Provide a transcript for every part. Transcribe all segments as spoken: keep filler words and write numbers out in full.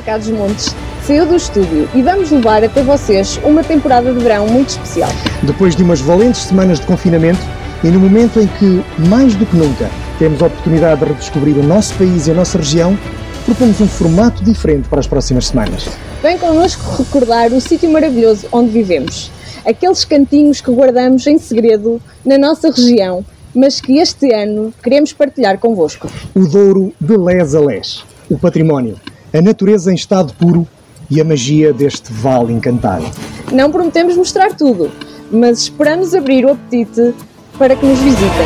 Cá dos Montes saiu do estúdio e vamos levar até vocês uma temporada de verão muito especial. Depois de umas valentes semanas de confinamento e no momento em que, mais do que nunca, temos a oportunidade de redescobrir o nosso país e a nossa região, propomos um formato diferente para as próximas semanas. Vem connosco recordar o sítio maravilhoso onde vivemos, aqueles cantinhos que guardamos em segredo na nossa região, mas que este ano queremos partilhar convosco. O Douro de les a les, o património, a natureza em estado puro e a magia deste vale encantado. Não prometemos mostrar tudo, mas esperamos abrir o apetite para que nos visitem.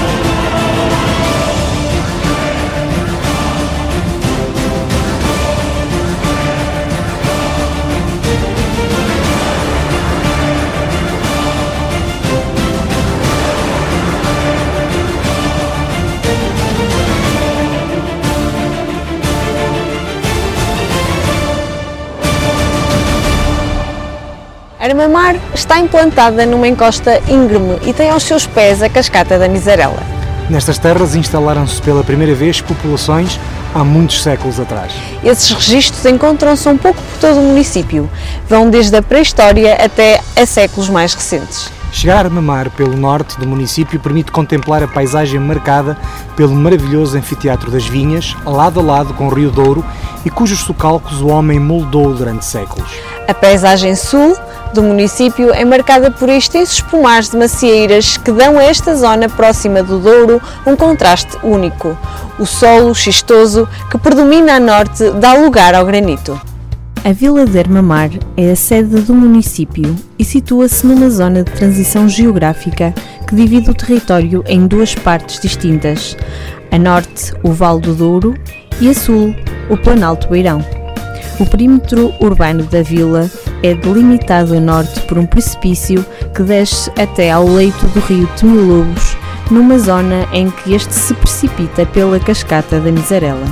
Armamar está implantada numa encosta íngreme e tem aos seus pés a cascata da Miserela. Nestas terras instalaram-se pela primeira vez populações há muitos séculos atrás. Esses registros encontram-se um pouco por todo o município, vão desde a pré-história até a séculos mais recentes. Chegar a Armamar pelo norte do município permite contemplar a paisagem marcada pelo maravilhoso anfiteatro das Vinhas, lado a lado com o Rio Douro e cujos socalcos o homem moldou durante séculos. A paisagem sul do município é marcada por extensos pomares de macieiras que dão a esta zona próxima do Douro um contraste único. O solo xistoso que predomina a norte dá lugar ao granito. A Vila de Armamar é a sede do município e situa-se numa zona de transição geográfica que divide o território em duas partes distintas. A norte, o Vale do Douro, e a sul, o Planalto Beirão. O perímetro urbano da vila é delimitado a norte por um precipício que desce até ao leito do rio Temilobos, numa zona em que este se precipita pela cascata da Miserela.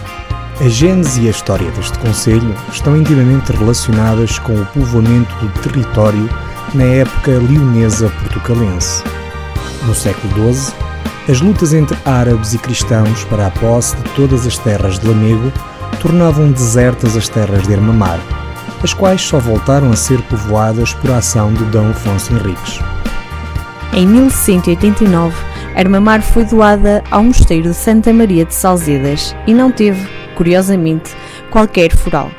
A gênese e a história deste concelho estão intimamente relacionadas com o povoamento do território na época leonesa portucalense. No século doze, as lutas entre árabes e cristãos para a posse de todas as terras de Lamego tornavam desertas as terras de Armamar, as quais só voltaram a ser povoadas por ação de D. Afonso Henriques. Em mil cento e oitenta e nove, Armamar foi doada ao mosteiro de Santa Maria de Salzedas e não teve, curiosamente, qualquer foral.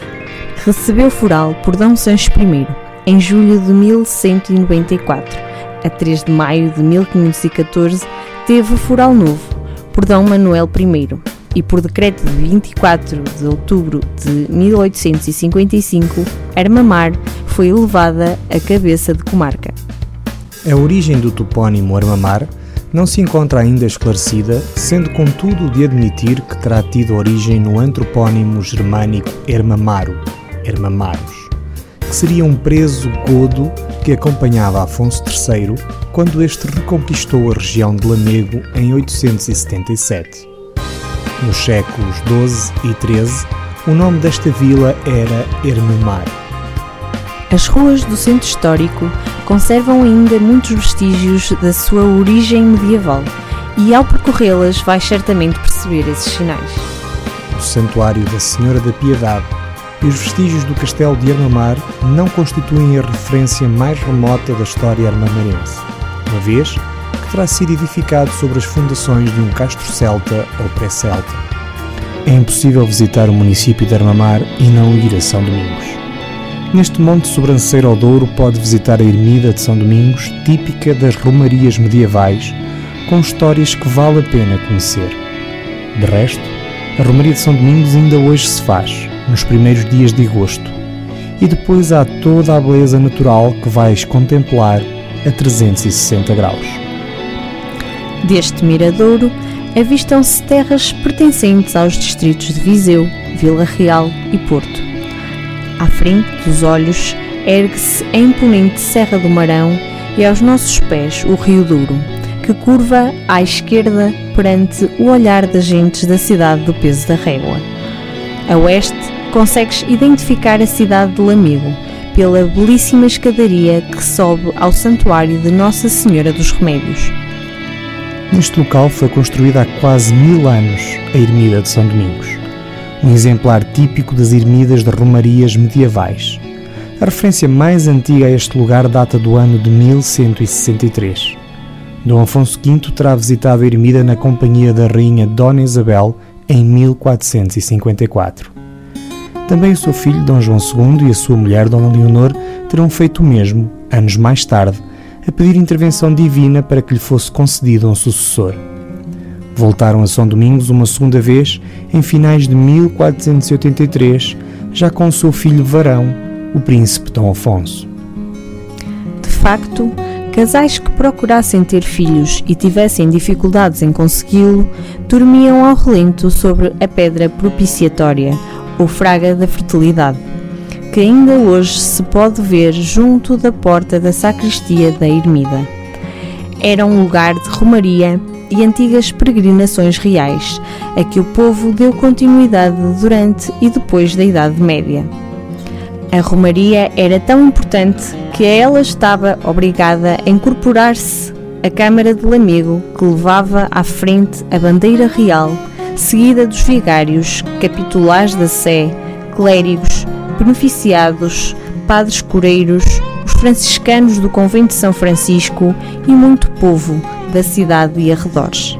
Recebeu foral por D. Sancho I, em julho de mil cento e noventa e quatro. A três de maio de mil quinhentos e catorze, teve foral novo, por D. Manuel I, e por decreto de vinte e quatro de outubro de mil oitocentos e cinquenta e cinco, Armamar foi elevada a cabeça de comarca. A origem do topónimo Armamar não se encontra ainda esclarecida, sendo contudo de admitir que terá tido origem no antropónimo germânico Ermamaro, Ermamaros, que seria um preso godo que acompanhava Afonso terceiro quando este reconquistou a região de Lamego em oitocentos e setenta e sete. Nos séculos doze e treze, o nome desta vila era Ermamar. As ruas do centro histórico conservam ainda muitos vestígios da sua origem medieval e ao percorrê-las vais certamente perceber esses sinais. O Santuário da Senhora da Piedade e os vestígios do Castelo de Armamar não constituem a referência mais remota da história armamarense, uma vez que terá sido edificado sobre as fundações de um castro celta ou pré-celta. É impossível visitar o município de Armamar e não ir a São Domingos. Neste monte sobranceiro ao Douro pode visitar a ermida de São Domingos, típica das romarias medievais, com histórias que vale a pena conhecer. De resto, a romaria de São Domingos ainda hoje se faz, nos primeiros dias de agosto, e depois há toda a beleza natural que vais contemplar a trezentos e sessenta graus. Deste miradouro avistam-se terras pertencentes aos distritos de Viseu, Vila Real e Porto. À frente dos olhos ergue-se a imponente Serra do Marão e aos nossos pés o Rio Douro, que curva à esquerda perante o olhar das gentes da cidade do Peso da Régua. A oeste consegues identificar a cidade de Lamego pela belíssima escadaria que sobe ao santuário de Nossa Senhora dos Remédios. Neste local foi construída há quase mil anos a ermida de São Domingos. um exemplar típico das ermidas de romarias medievais. A referência mais antiga a este lugar data do ano de mil cento e sessenta e três. Dom Afonso quinto terá visitado a ermida na companhia da rainha Dona Isabel em mil quatrocentos e cinquenta e quatro. Também o seu filho Dom João segundo e a sua mulher Dona Leonor terão feito o mesmo, anos mais tarde, a pedir intervenção divina para que lhe fosse concedido um sucessor. Voltaram a São Domingos uma segunda vez em finais de mil quatrocentos e oitenta e três, já com o seu filho varão, o príncipe Dom Afonso. De facto, casais que procurassem ter filhos e tivessem dificuldades em consegui-lo, dormiam ao relento sobre a pedra propiciatória, ou fraga da fertilidade, que ainda hoje se pode ver junto da porta da sacristia da ermida. Era um lugar de romaria e antigas peregrinações reais, a que o povo deu continuidade durante e depois da Idade Média. A romaria era tão importante que a ela estava obrigada a incorporar-se a Câmara de Lamego, que levava à frente a bandeira real, seguida dos vigários, capitulares da Sé, clérigos, beneficiados, padres coreiros, os franciscanos do convento de São Francisco e muito povo da cidade e arredores.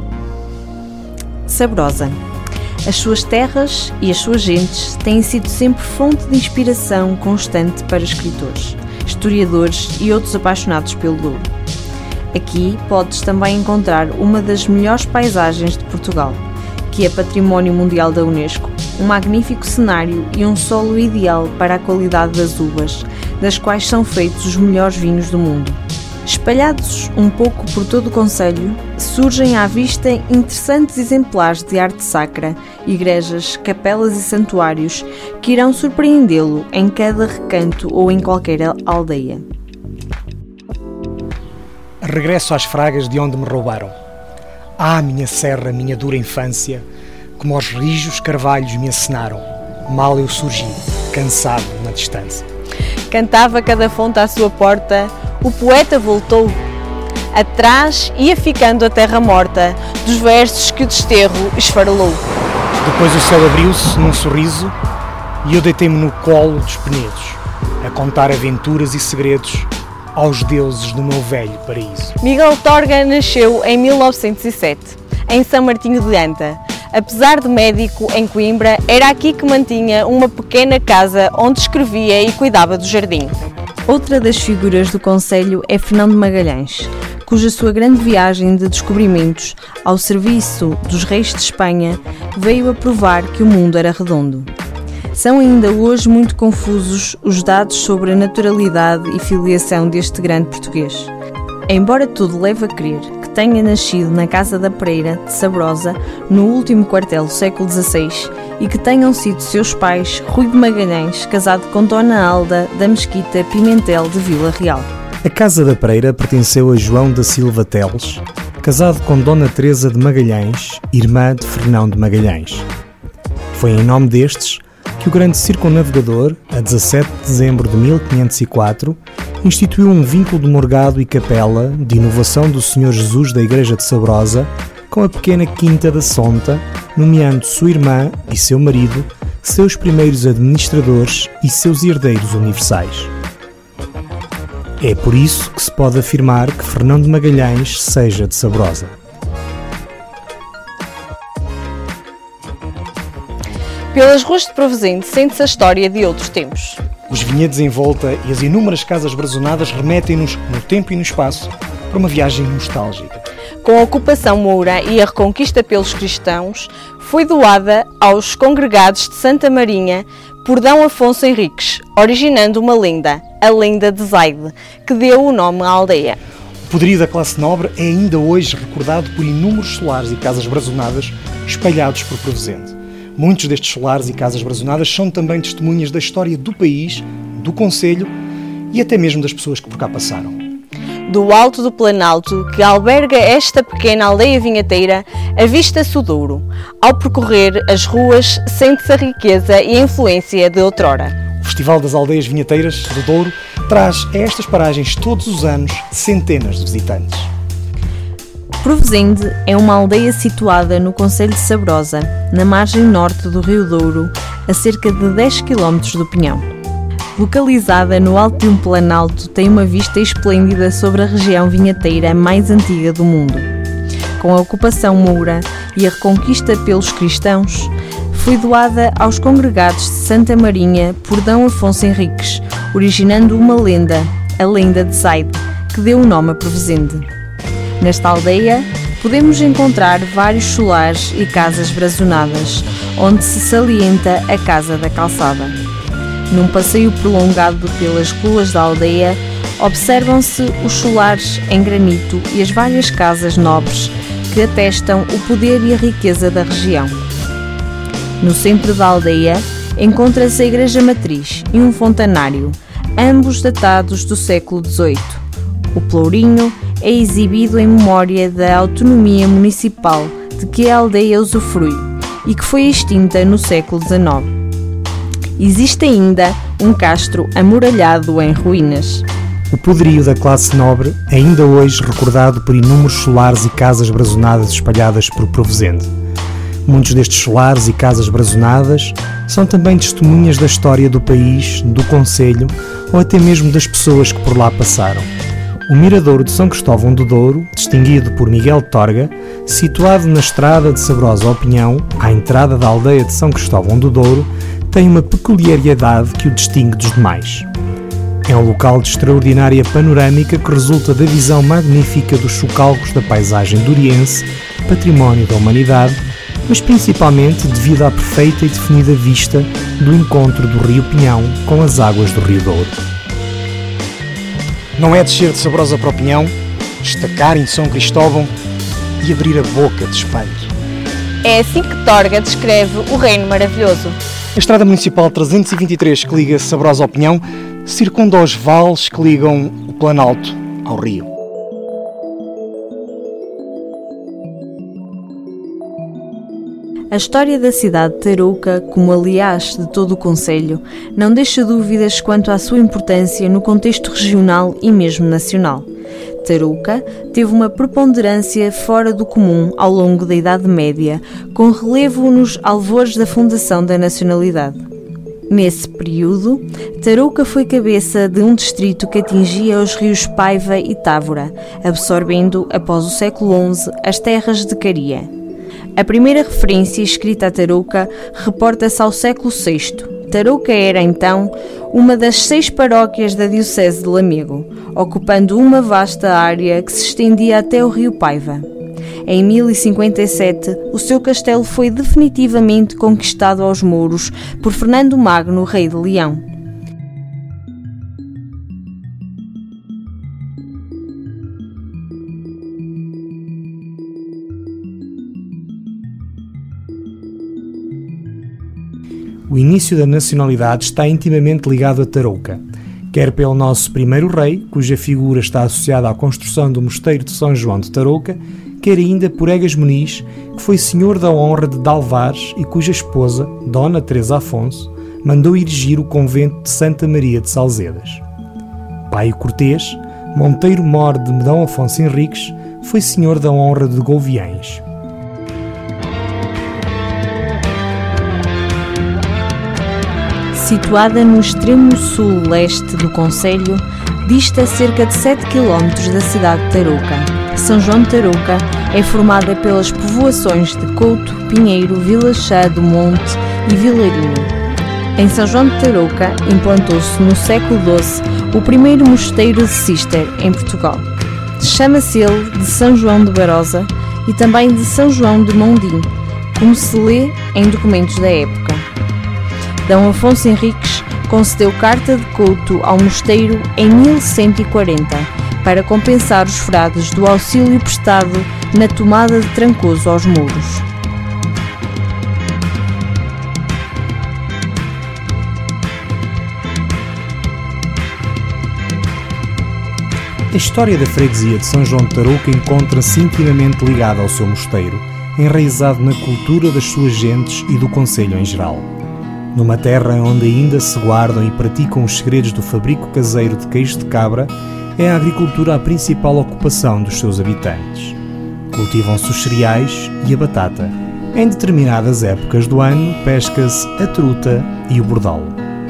Sabrosa. As suas terras e as suas gentes têm sido sempre fonte de inspiração constante para escritores, historiadores e outros apaixonados pelo Douro. Aqui podes também encontrar uma das melhores paisagens de Portugal, que é Património Mundial da Unesco, um magnífico cenário e um solo ideal para a qualidade das uvas, das quais são feitos os melhores vinhos do mundo. Espalhados um pouco por todo o concelho, surgem à vista interessantes exemplares de arte sacra, igrejas, capelas e santuários que irão surpreendê-lo em cada recanto ou em qualquer aldeia. Regresso às fragas de onde me roubaram. Ah, minha serra, minha dura infância, como aos rijos carvalhos me acenaram. Mal eu surgi, cansado na distância. Cantava cada fonte à sua porta, o poeta voltou. Atrás ia ficando a terra morta, dos versos que o desterro esfarelou. Depois o céu abriu-se num sorriso e eu deitei-me no colo dos penedos, a contar aventuras e segredos aos deuses do meu velho paraíso. Miguel Torga nasceu em mil novecentos e sete, em São Martinho de Anta. Apesar de médico em Coimbra, era aqui que mantinha uma pequena casa onde escrevia e cuidava do jardim. Outra das figuras do concelho é Fernão de Magalhães, cuja sua grande viagem de descobrimentos ao serviço dos reis de Espanha veio a provar que o mundo era redondo. São ainda hoje muito confusos os dados sobre a naturalidade e filiação deste grande português. Embora tudo leve a crer que tenha nascido na Casa da Pereira de Sabrosa, no último quartel do século dezasseis, e que tenham sido seus pais Rui de Magalhães, casado com Dona Alda da Mesquita Pimentel de Vila Real. A Casa da Pereira pertenceu a João da Silva Teles, casado com Dona Teresa de Magalhães, irmã de Fernão de Magalhães. Foi em nome destes que o grande circunnavegador, a dezassete de dezembro de mil quinhentos e quatro, instituiu um vínculo de morgado e capela de inovação do Senhor Jesus da Igreja de Sabrosa com a pequena Quinta da Sonta, nomeando sua irmã e seu marido seus primeiros administradores e seus herdeiros universais. É por isso que se pode afirmar que Fernão de Magalhães seja de Sabrosa. Pelas ruas de Provenzente sente-se a história de outros tempos. Os vinhedos em volta e as inúmeras casas brazonadas remetem-nos, no tempo e no espaço, para uma viagem nostálgica. Com a ocupação moura e a reconquista pelos cristãos, foi doada aos congregados de Santa Marinha por D. Afonso Henriques, originando uma lenda, a lenda de Zaide, que deu o nome à aldeia. O poderio da classe nobre é ainda hoje recordado por inúmeros solares e casas brazonadas espalhados por Provenzente. Muitos destes solares e casas brazonadas são também testemunhas da história do país, do concelho e até mesmo das pessoas que por cá passaram. Do alto do Planalto, que alberga esta pequena aldeia vinheteira, avista-se o Douro. Ao percorrer as ruas, sente-se a riqueza e a influência de outrora. O Festival das Aldeias Vinheteiras do Douro traz a estas paragens todos os anos centenas de visitantes. Provesende é uma aldeia situada no concelho de Sabrosa, na margem norte do Rio Douro, a cerca de dez quilómetros do Pinhão. Localizada no alto de um planalto, tem uma vista esplêndida sobre a região vinheteira mais antiga do mundo. Com a ocupação moura e a reconquista pelos cristãos, foi doada aos congregados de Santa Marinha por D. Afonso Henriques, originando uma lenda, a lenda de Zaide, que deu o nome a Provesende. Nesta aldeia, podemos encontrar vários solares e casas brazonadas, onde se salienta a Casa da Calçada. Num passeio prolongado pelas ruas da aldeia, observam-se os solares em granito e as várias casas nobres que atestam o poder e a riqueza da região. No centro da aldeia, encontra-se a Igreja Matriz e um fontanário, ambos datados do século dezoito. O Plourinho é exibido em memória da autonomia municipal de que a aldeia usufrui e que foi extinta no século dezenove. Existe ainda um castro amuralhado em ruínas. O poderio da classe nobre, ainda hoje recordado por inúmeros solares e casas brazonadas espalhadas por Provesende. Muitos destes solares e casas brazonadas são também testemunhas da história do país, do concelho ou até mesmo das pessoas que por lá passaram. O Miradouro de São Cristóvão do Douro, distinguido por Miguel Torga, situado na estrada de Sabrosa ao Pinhão, à entrada da aldeia de São Cristóvão do Douro, tem uma peculiaridade que o distingue dos demais. É um local de extraordinária panorâmica que resulta da visão magnífica dos chocalcos da paisagem douriense, património da humanidade, mas principalmente devido à perfeita e definida vista do encontro do Rio Pinhão com as águas do Rio Douro. Não é descer de Sabrosa para o Pinhão, estacar em São Cristóvão e abrir a boca de espanto. É assim que Torga descreve o Reino Maravilhoso. A Estrada Municipal trezentos e vinte e três, que liga Sabrosa ao Pinhão, circunda os vales que ligam o Planalto ao rio. A história da cidade de Tarouca, como aliás de todo o concelho, não deixa dúvidas quanto à sua importância no contexto regional e mesmo nacional. Tarouca teve uma preponderância fora do comum ao longo da Idade Média, com relevo nos alvores da fundação da nacionalidade. Nesse período, Tarouca foi cabeça de um distrito que atingia os rios Paiva e Távora, absorvendo, após o século onze, as terras de Caria. A primeira referência escrita a Tarouca reporta-se ao século sexto. Tarouca era, então, uma das seis paróquias da diocese de Lamego, ocupando uma vasta área que se estendia até o rio Paiva. Em mil e cinquenta e sete, o seu castelo foi definitivamente conquistado aos mouros por Fernando Magno, rei de Leão. O início da nacionalidade está intimamente ligado a Tarouca, quer pelo nosso primeiro rei, cuja figura está associada à construção do mosteiro de São João de Tarouca, quer ainda por Egas Muniz, que foi senhor da honra de Dalvares e cuja esposa, Dona Teresa Afonso, mandou erigir o convento de Santa Maria de Salzedas. Pai Cortês, Monteiro-Mor de D. Afonso Henriques, foi senhor da honra de Gouviães. Situada no extremo sul-leste do concelho, dista cerca de sete quilómetros da cidade de Tarouca. São João de Tarouca é formada pelas povoações de Couto, Pinheiro, Vila Chá do Monte e Vilarinho. Em São João de Tarouca implantou-se no século doze o primeiro mosteiro de Cister em Portugal. Chama-se ele de São João de Barosa e também de São João de Mondim, como se lê em documentos da época. D. Afonso Henriques concedeu carta de couto ao mosteiro em mil cento e quarenta para compensar os frades do auxílio prestado na tomada de Trancoso aos mouros. A história da freguesia de São João de Tarouca encontra-se intimamente ligada ao seu mosteiro, enraizado na cultura das suas gentes e do concelho em geral. Numa terra onde ainda se guardam e praticam os segredos do fabrico caseiro de queijo de cabra, é a agricultura a principal ocupação dos seus habitantes. cultivam-se os cereais e a batata. Em determinadas épocas do ano, pesca-se a truta e o bordal.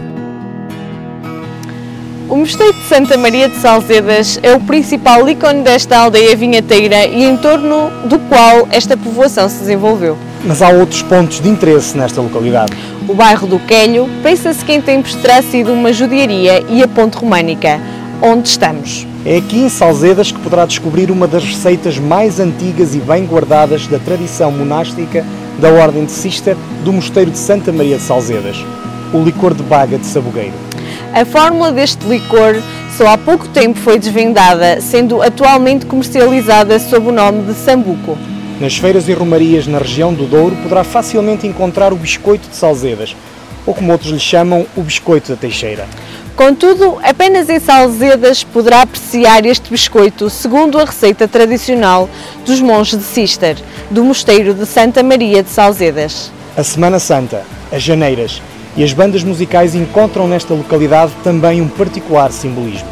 O Mosteiro de Santa Maria de Salzedas é o principal ícone desta aldeia vinheteira e em torno do qual esta povoação se desenvolveu. Mas há outros pontos de interesse nesta localidade. O bairro do Quelho, pensa-se que em tempos terá sido uma judiaria, e a Ponte Românica, onde estamos. É aqui em Salzedas que poderá descobrir uma das receitas mais antigas e bem guardadas da tradição monástica da Ordem de Cister do Mosteiro de Santa Maria de Salzedas, o licor de baga de sabugueiro. A fórmula deste licor só há pouco tempo foi desvendada, sendo atualmente comercializada sob o nome de Sambuco. Nas feiras e romarias na região do Douro poderá facilmente encontrar o biscoito de Salzedas, ou como outros lhe chamam, o biscoito da Teixeira. Contudo, apenas em Salzedas poderá apreciar este biscoito segundo a receita tradicional dos monges de Cister, do Mosteiro de Santa Maria de Salzedas. A Semana Santa, as janeiras e as bandas musicais encontram nesta localidade também um particular simbolismo.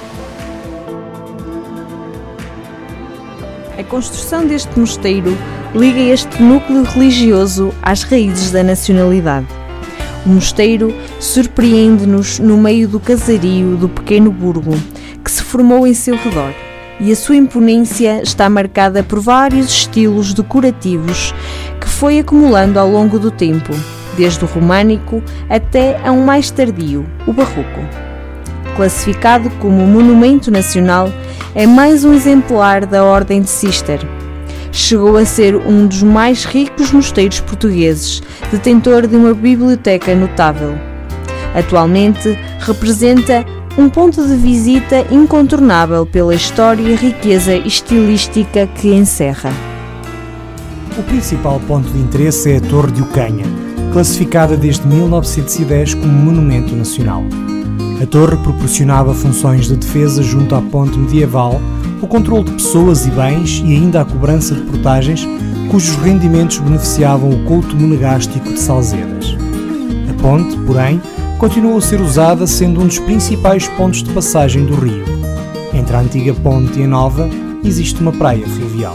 A construção deste mosteiro liga este núcleo religioso às raízes da nacionalidade. O mosteiro surpreende-nos no meio do casario do pequeno burgo que se formou em seu redor, e a sua imponência está marcada por vários estilos decorativos que foi acumulando ao longo do tempo, desde o românico até a um mais tardio, o barroco. Classificado como Monumento Nacional, é mais um exemplar da Ordem de Cister. Chegou a ser um dos mais ricos mosteiros portugueses, detentor de uma biblioteca notável. Atualmente representa um ponto de visita incontornável pela história e riqueza estilística que encerra. O principal ponto de interesse é a Torre de Ocanha, classificada desde mil novecentos e dez como Monumento Nacional. A torre proporcionava funções de defesa junto à ponte medieval, o controle de pessoas e bens e ainda a cobrança de portagens, cujos rendimentos beneficiavam o culto monegástico de Salzedas. A ponte, porém, continuou a ser usada, sendo um dos principais pontos de passagem do rio. Entre a antiga ponte e a nova, existe uma praia fluvial.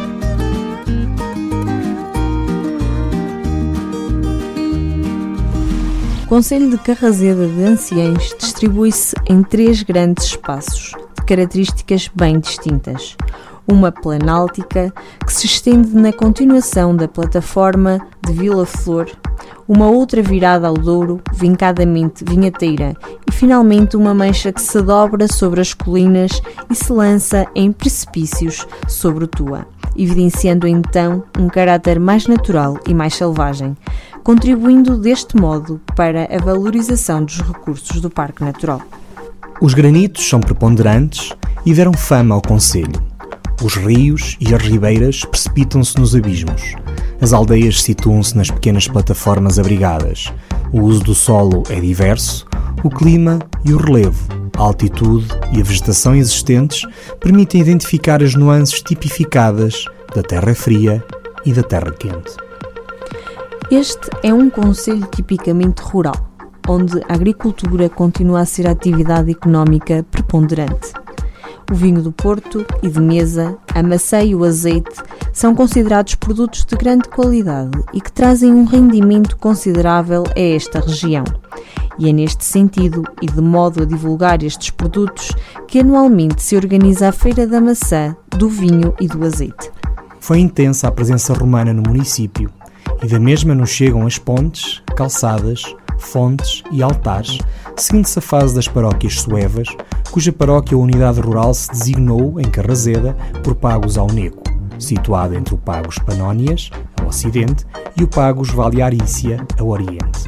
O Concelho de Carrazeda de Anciães distribui-se em três grandes espaços, de características bem distintas. Uma planáltica, que se estende na continuação da plataforma de Vila Flor, uma outra virada ao Douro, vincadamente vinheteira, e finalmente uma mancha que se dobra sobre as colinas e se lança em precipícios sobre o Tua, evidenciando então um caráter mais natural e mais selvagem, contribuindo deste modo para a valorização dos recursos do Parque Natural. Os granitos são preponderantes e deram fama ao concelho. Os rios e as ribeiras precipitam-se nos abismos. As aldeias situam-se nas pequenas plataformas abrigadas. O uso do solo é diverso, o clima e o relevo, a altitude e a vegetação existentes permitem identificar as nuances tipificadas da terra fria e da terra quente. Este é um concelho tipicamente rural, onde a agricultura continua a ser a atividade económica preponderante. O vinho do Porto e de mesa, a maçã e o azeite são considerados produtos de grande qualidade e que trazem um rendimento considerável a esta região. E é neste sentido e de modo a divulgar estes produtos que anualmente se organiza a Feira da Maçã, do Vinho e do Azeite. Foi intensa a presença romana no município e da mesma nos chegam as pontes, calçadas, fontes e altares, seguindo-se a fase das paróquias suevas, cuja paróquia ou unidade rural se designou em Carrazeda por Pagos ao Neco, situada entre o Pagos Panónias, a ocidente, e o Pagos Valiarícia, a oriente.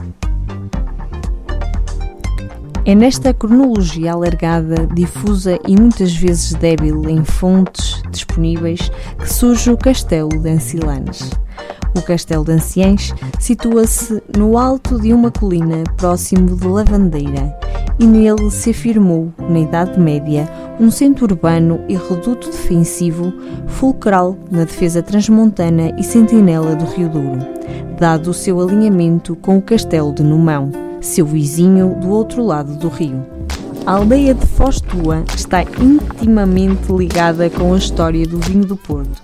É nesta cronologia alargada, difusa e muitas vezes débil em fontes disponíveis que surge o Castelo de Ancilanes. O Castelo de Anciães situa-se no alto de uma colina próximo de Lavandeira e nele se afirmou, na Idade Média, um centro urbano e reduto defensivo fulcral na defesa transmontana e sentinela do Rio Douro, dado o seu alinhamento com o Castelo de Numão, seu vizinho do outro lado do rio. A aldeia de Foz Tua está intimamente ligada com a história do vinho do Porto,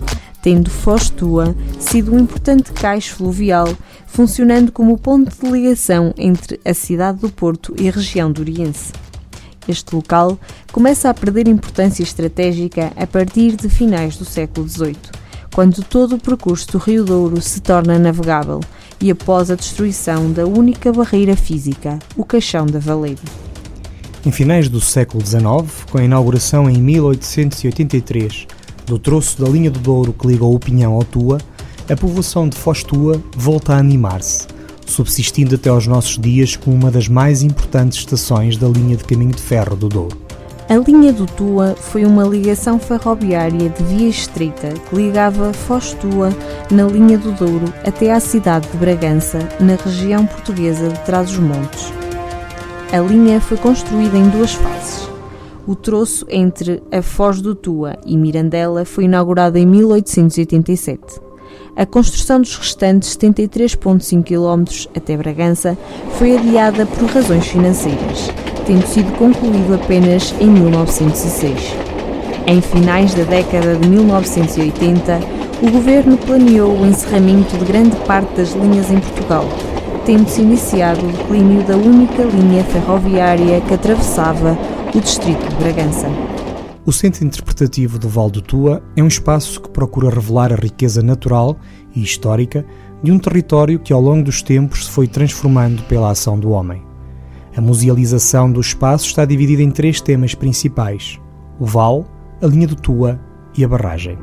tendo Foz Tua sido um importante cais fluvial, funcionando como ponto de ligação entre a cidade do Porto e a região doriense. Este local começa a perder importância estratégica a partir de finais do século dezoito, quando todo o percurso do Rio Douro se torna navegável e após a destruição da única barreira física, o Caixão da Valeira. Em finais do século dezenove, com a inauguração em mil oitocentos e oitenta e três do troço da linha do Douro que liga o Pinhão ao Tua, a povoação de Foz Tua volta a animar-se, subsistindo até aos nossos dias como uma das mais importantes estações da linha de caminho de ferro do Douro. A linha do Tua foi uma ligação ferroviária de via estreita que ligava Foz Tua na linha do Douro até à cidade de Bragança, na região portuguesa de Trás-os-Montes. A linha foi construída em duas fases. O troço entre a Foz do Tua e Mirandela foi inaugurado em mil oitocentos e oitenta e sete. A construção dos restantes setenta e três vírgula cinco quilómetros até Bragança foi adiada por razões financeiras, tendo sido concluído apenas em mil novecentos e seis. Em finais da década de mil novecentos e oitenta, o governo planeou o encerramento de grande parte das linhas em Portugal, tendo-se iniciado o declínio da única linha ferroviária que atravessava o distrito de Bragança. O Centro Interpretativo do Vale do Tua é um espaço que procura revelar a riqueza natural e histórica de um território que ao longo dos tempos se foi transformando pela ação do homem. A musealização do espaço está dividida em três temas principais: o vale, a linha do Tua e a barragem.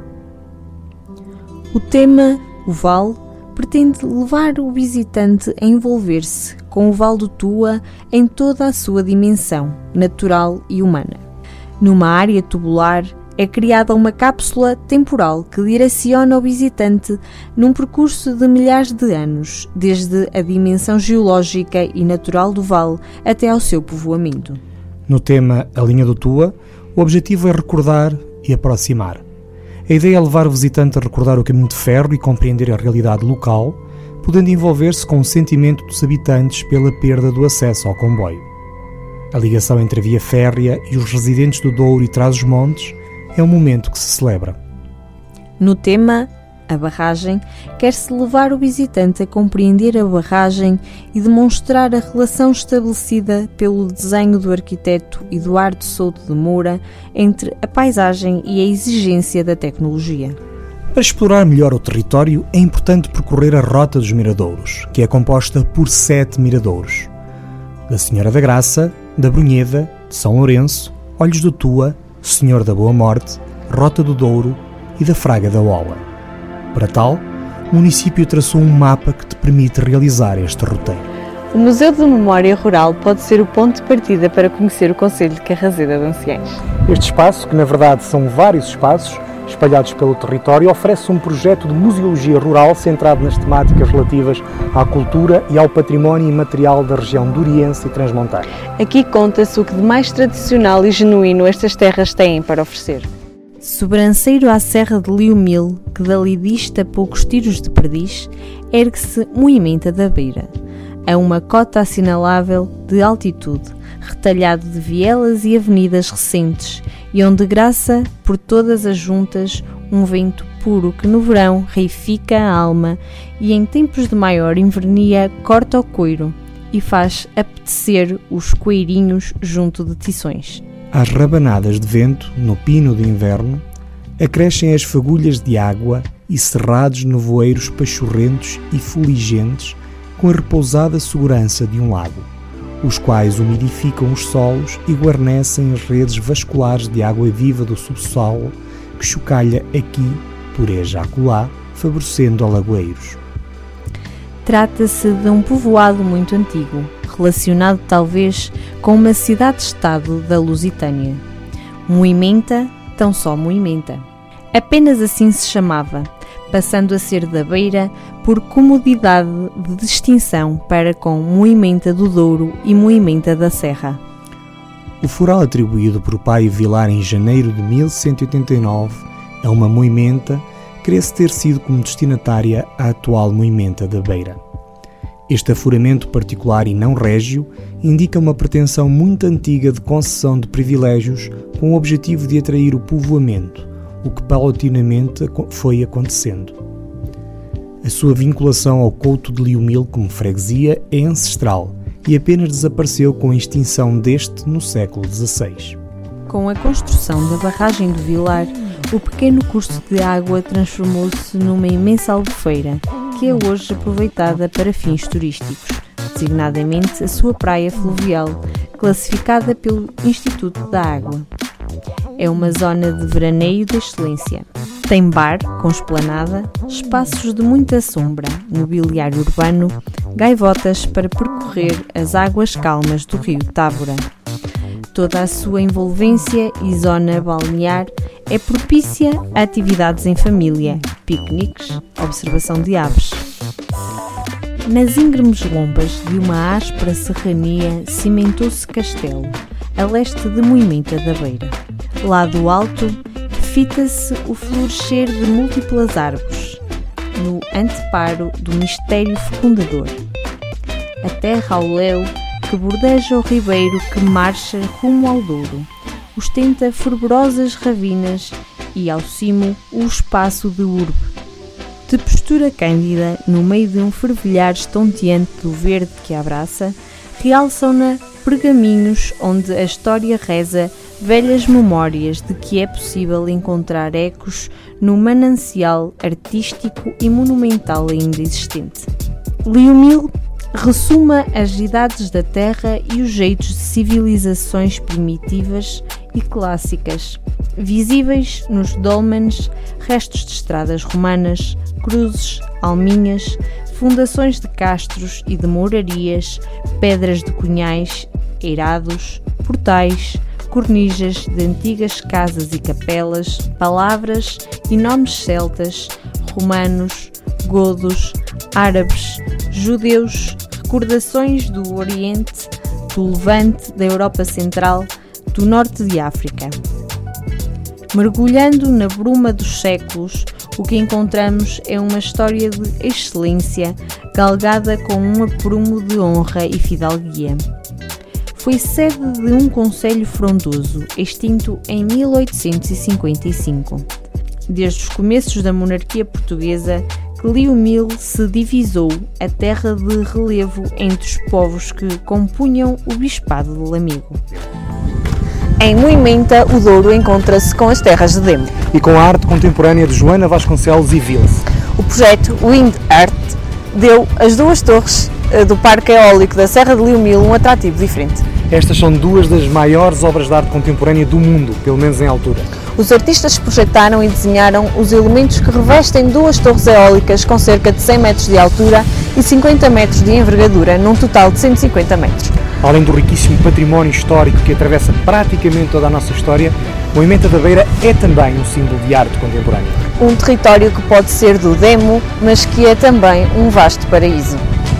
O tema, o vale, pretende levar o visitante a envolver-se com o Vale do Tua em toda a sua dimensão natural e humana. Numa área tubular é criada uma cápsula temporal que direciona o visitante num percurso de milhares de anos, desde a dimensão geológica e natural do vale até ao seu povoamento. No tema A Linha do Tua, o objetivo é recordar e aproximar. A ideia é levar o visitante a recordar o caminho de ferro e compreender a realidade local, podendo envolver-se com o sentimento dos habitantes pela perda do acesso ao comboio. A ligação entre a via férrea e os residentes do Douro e Trás-os-Montes é um momento que se celebra. No tema, a barragem, quer-se levar o visitante a compreender a barragem e demonstrar a relação estabelecida pelo desenho do arquiteto Eduardo Souto de Moura entre a paisagem e a exigência da tecnologia. Para explorar melhor o território, é importante percorrer a Rota dos Miradouros, que é composta por sete miradouros: da Senhora da Graça, da Brunheda, de São Lourenço, Olhos do Tua, Senhor da Boa Morte, Rota do Douro e da Fraga da Ola. Para tal, o município traçou um mapa que te permite realizar este roteiro. O Museu de Memória Rural pode ser o ponto de partida para conhecer o concelho de Carraseda de Anciães. Este espaço, que na verdade são vários espaços espalhados pelo território, oferece um projeto de museologia rural centrado nas temáticas relativas à cultura e ao património imaterial da região doriense e transmontana. Aqui conta-se o que de mais tradicional e genuíno estas terras têm para oferecer. Sobranceiro à Serra de Liumil, que dali dista poucos tiros de perdiz, ergue-se Moimenta da Beira, a uma cota assinalável de altitude, retalhado de vielas e avenidas recentes, e onde graça por todas as juntas um vento puro que no verão reifica a alma e em tempos de maior invernia corta o coiro e faz apetecer os coeirinhos junto de tições. Às rabanadas de vento, no pino de inverno, acrescem as fagulhas de água e cerrados nevoeiros pachorrentos e fuligentes com a repousada segurança de um lago, os quais umidificam os solos e guarnecem as redes vasculares de água viva do subsolo que chocalha aqui, poreja acolá, favorecendo alagoeiros. Trata-se de um povoado muito antigo, relacionado talvez com uma cidade-estado da Lusitânia. Moimenta, tão só Moimenta. Apenas assim se chamava, passando a ser da Beira por comodidade de distinção para com Moimenta do Douro e Moimenta da Serra. O foral atribuído por Paio Vilar em janeiro de mil cento e oitenta e nove a uma Moimenta crê-se ter sido como destinatária a atual Moimenta da Beira. Este afuramento particular e não régio indica uma pretensão muito antiga de concessão de privilégios com o objetivo de atrair o povoamento, o que paulatinamente foi acontecendo. A sua vinculação ao Couto de Liumil como freguesia é ancestral e apenas desapareceu com a extinção deste no século dezasseis. Com a construção da barragem do Vilar, o pequeno curso de água transformou-se numa imensa albufeira, que é hoje aproveitada para fins turísticos, designadamente a sua praia fluvial, classificada pelo Instituto da Água. É uma zona de veraneio de excelência. Tem bar com esplanada, espaços de muita sombra, mobiliário urbano, gaivotas para percorrer as águas calmas do rio Távora. Toda a sua envolvência e zona balnear é propícia a atividades em família, piqueniques, observação de aves. Nas íngremes lombas de uma áspera serrania cimentou-se Castelo, a leste de Moimenta da Beira. Lá do alto, fita-se o florescer de múltiplas árvores, no anteparo do mistério fecundador. A terra ao léu, que bordeja o ribeiro que marcha rumo ao Douro, ostenta fervorosas ravinas e, ao cimo, o espaço de urbe. De postura cândida, no meio de um fervilhar estonteante do verde que a abraça, realçam-na pergaminhos onde a história reza velhas memórias de que é possível encontrar ecos no manancial artístico e monumental ainda existente. Liumil ressuma as idades da terra e os jeitos de civilizações primitivas e clássicas, visíveis nos dólmenes, restos de estradas romanas, cruzes, alminhas, fundações de castros e de morarias, pedras de cunhais, eirados, portais, cornijas de antigas casas e capelas, palavras e nomes celtas, romanos, godos, árabes, judeus, recordações do Oriente, do Levante, da Europa Central, do Norte de África. Mergulhando na bruma dos séculos, o que encontramos é uma história de excelência galgada com um aprumo de honra e fidalguia. Foi sede de um concelho frondoso, extinto em mil oitocentos e cinquenta e cinco. Desde os começos da monarquia portuguesa, que Liumil se divisou a terra de relevo entre os povos que compunham o Bispado de Lamego. Em Moimenta, o Douro encontra-se com as terras de Demo. E com a arte contemporânea de Joana Vasconcelos e Vils. O projeto Wind Art deu às duas torres do Parque Eólico da Serra de Liumil um atrativo diferente. Estas são duas das maiores obras de arte contemporânea do mundo, pelo menos em altura. Os artistas projetaram e desenharam os elementos que revestem duas torres eólicas com cerca de cem metros de altura e cinquenta metros de envergadura, num total de cento e cinquenta metros. Além do riquíssimo património histórico que atravessa praticamente toda a nossa história, Moimenta da Beira é também um símbolo de arte contemporânea. Um território que pode ser do Demo, mas que é também um vasto paraíso.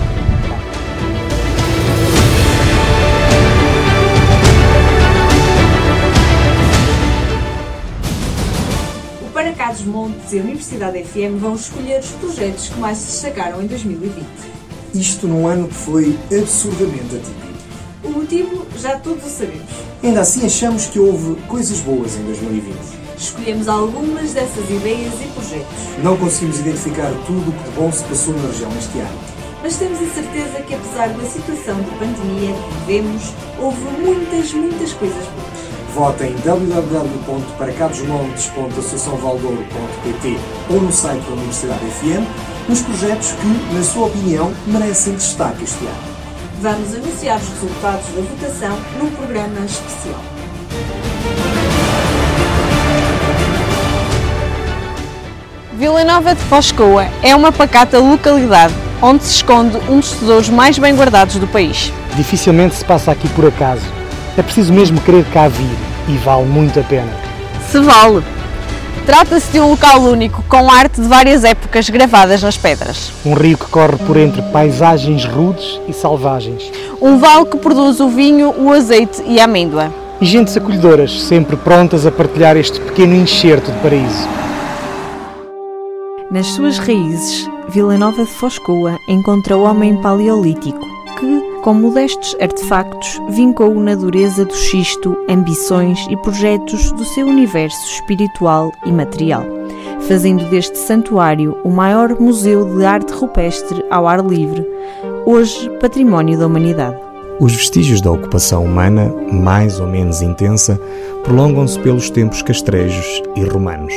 Para Cá dos Montes e a Universidade F M vão escolher os projetos que mais se destacaram em dois mil e vinte. Isto num ano que foi absurdamente atípico. O motivo já todos o sabemos. Ainda assim achamos que houve coisas boas em dois mil e vinte. Escolhemos algumas dessas ideias e projetos. Não conseguimos identificar tudo o que de bom se passou na região este ano. Mas temos a certeza que, apesar da situação de pandemia que vivemos, houve muitas, muitas coisas boas. Vote em w w w ponto para cá dos montes ponto associação valdouro ponto p t ou no site da Universidade F M nos projetos que, na sua opinião, merecem destaque este ano. Vamos anunciar os resultados da votação num programa especial. Vila Nova de Foscoa é uma pacata localidade onde se esconde um dos tesouros mais bem guardados do país. Dificilmente se passa aqui por acaso. É preciso mesmo querer cá vir e vale muito a pena. Se vale! Trata-se de um local único com arte de várias épocas gravadas nas pedras. Um rio que corre por entre paisagens rudes e selvagens. Um vale que produz o vinho, o azeite e a amêndoa. E gentes acolhedoras, sempre prontas a partilhar este pequeno enxerto de paraíso. Nas suas raízes, Vila Nova de Foscoa encontra o homem paleolítico, que, Com modestos artefactos, vincou na dureza do xisto ambições e projetos do seu universo espiritual e material, fazendo deste santuário o maior museu de arte rupestre ao ar livre, hoje património da humanidade. Os vestígios da ocupação humana, mais ou menos intensa, prolongam-se pelos tempos castrejos e romanos.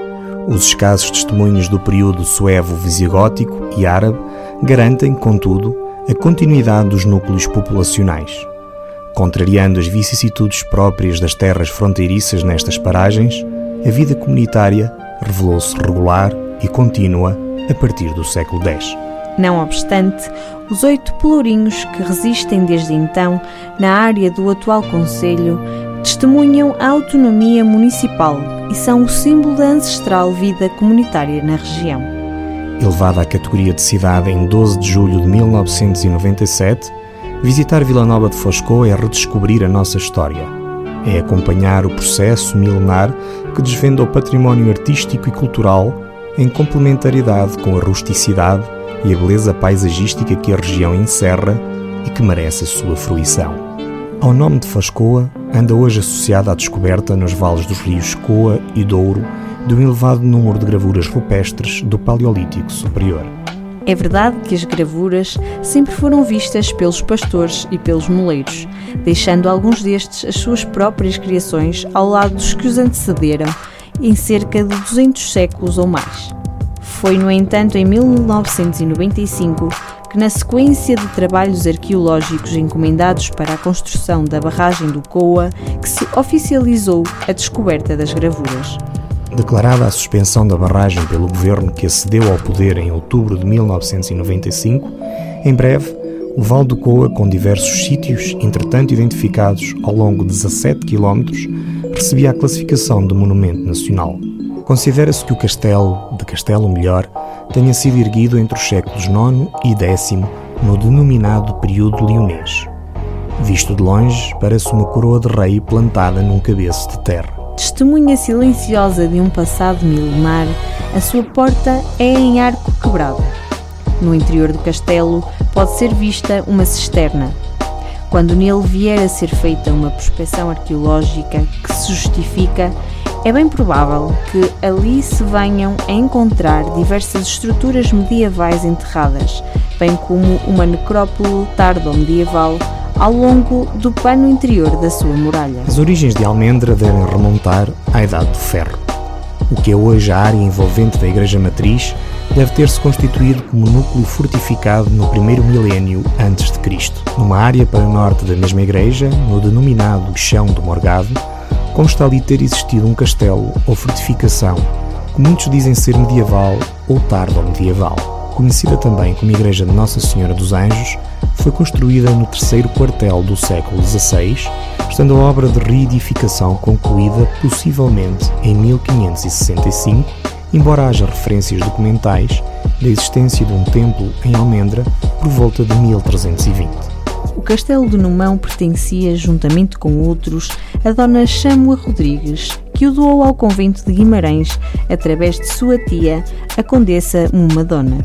Os escassos testemunhos do período suevo-visigótico e árabe garantem, contudo, a continuidade dos núcleos populacionais. Contrariando as vicissitudes próprias das terras fronteiriças nestas paragens, a vida comunitária revelou-se regular e contínua a partir do século dez. Não obstante, os oito pelourinhos que resistem desde então na área do atual concelho testemunham a autonomia municipal e são o símbolo da ancestral vida comunitária na região. Elevada à categoria de cidade em doze de julho de mil novecentos e noventa e sete, visitar Vila Nova de Foscoa é redescobrir a nossa história. É acompanhar o processo milenar que desvenda o património artístico e cultural em complementariedade com a rusticidade e a beleza paisagística que a região encerra e que merece a sua fruição. Ao nome de Foscoa anda hoje associada à descoberta nos vales dos rios Coa e Douro de um elevado número de gravuras rupestres do Paleolítico Superior. É verdade que as gravuras sempre foram vistas pelos pastores e pelos moleiros, deixando alguns destes as suas próprias criações ao lado dos que os antecederam em cerca de duzentos séculos ou mais. Foi, no entanto, em mil novecentos e noventa e cinco que, na sequência de trabalhos arqueológicos encomendados para a construção da barragem do Coa, que se oficializou a descoberta das gravuras. Declarada a suspensão da barragem pelo governo que acedeu ao poder em outubro de mil novecentos e noventa e cinco, em breve, o Vale do Coa, com diversos sítios, entretanto identificados ao longo de dezassete quilómetros, recebia a classificação de Monumento Nacional. Considera-se que o castelo, de Castelo Melhor, tenha sido erguido entre os séculos nono e décimo no denominado período leonês. Visto de longe, parece uma coroa de rei plantada num cabeço de terra. Testemunha silenciosa de um passado milenar, a sua porta é em arco quebrado. No interior do castelo pode ser vista uma cisterna. Quando nele vier a ser feita uma prospecção arqueológica que se justifica, é bem provável que ali se venham a encontrar diversas estruturas medievais enterradas, bem como uma necrópole tardo-medieval ao longo do pano interior da sua muralha. As origens de Almendra devem remontar à Idade do Ferro. O que é hoje a área envolvente da Igreja Matriz deve ter-se constituído como núcleo fortificado no primeiro milénio antes de Cristo. Numa área para norte da mesma igreja, no denominado Chão do Morgado, consta ali ter existido um castelo ou fortificação, que muitos dizem ser medieval ou tardo-medieval. Conhecida também como Igreja de Nossa Senhora dos Anjos, foi construída no terceiro quartel do século dezasseis, estando a obra de reedificação concluída possivelmente em mil quinhentos e sessenta e cinco, embora haja referências documentais da existência de um templo em Almendra por volta de mil trezentos e vinte. O castelo de Numão pertencia, juntamente com outros, a Dona Châmoa Rodrigues, que o doou ao convento de Guimarães através de sua tia, a Condessa Mumadona.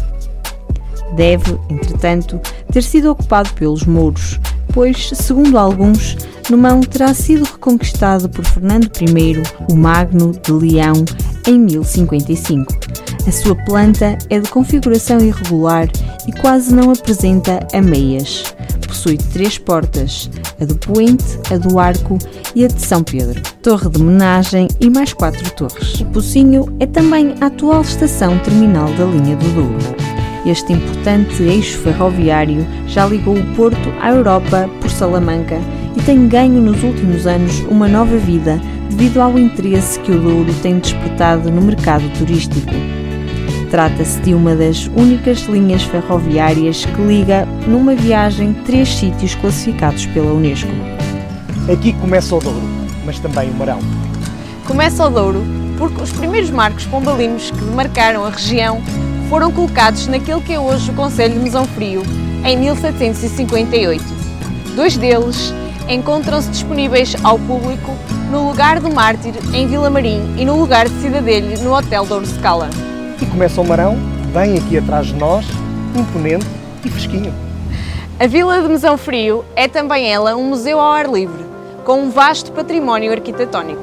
Deve, entretanto, ter sido ocupado pelos mouros, pois, segundo alguns, Numão terá sido reconquistado por Fernando I, o Magno de Leão, em mil e cinquenta e cinco. A sua planta é de configuração irregular e quase não apresenta ameias. Possui três portas, a do Poente, a do Arco e a de São Pedro, torre de homenagem e mais quatro torres. O Pocinho é também a atual estação terminal da linha do Douro. Este importante eixo ferroviário já ligou o Porto à Europa por Salamanca e tem ganho nos últimos anos uma nova vida devido ao interesse que o Douro tem despertado no mercado turístico. Trata-se de uma das únicas linhas ferroviárias que liga numa viagem três sítios classificados pela Unesco. Aqui começa o Douro, mas também o Marão. Começa o Douro porque os primeiros marcos pombalinos que demarcaram a região foram colocados naquele que é hoje o concelho de Mesão Frio, em mil setecentos e cinquenta e oito. Dois deles encontram-se disponíveis ao público no lugar do Mártir, em Vila Marim, e no lugar de Cidadelho, no Hotel Douro Scala. E começa o Marão, bem aqui atrás de nós, imponente e fresquinho. A Vila de Mesão Frio é também ela um museu ao ar livre, com um vasto património arquitetónico.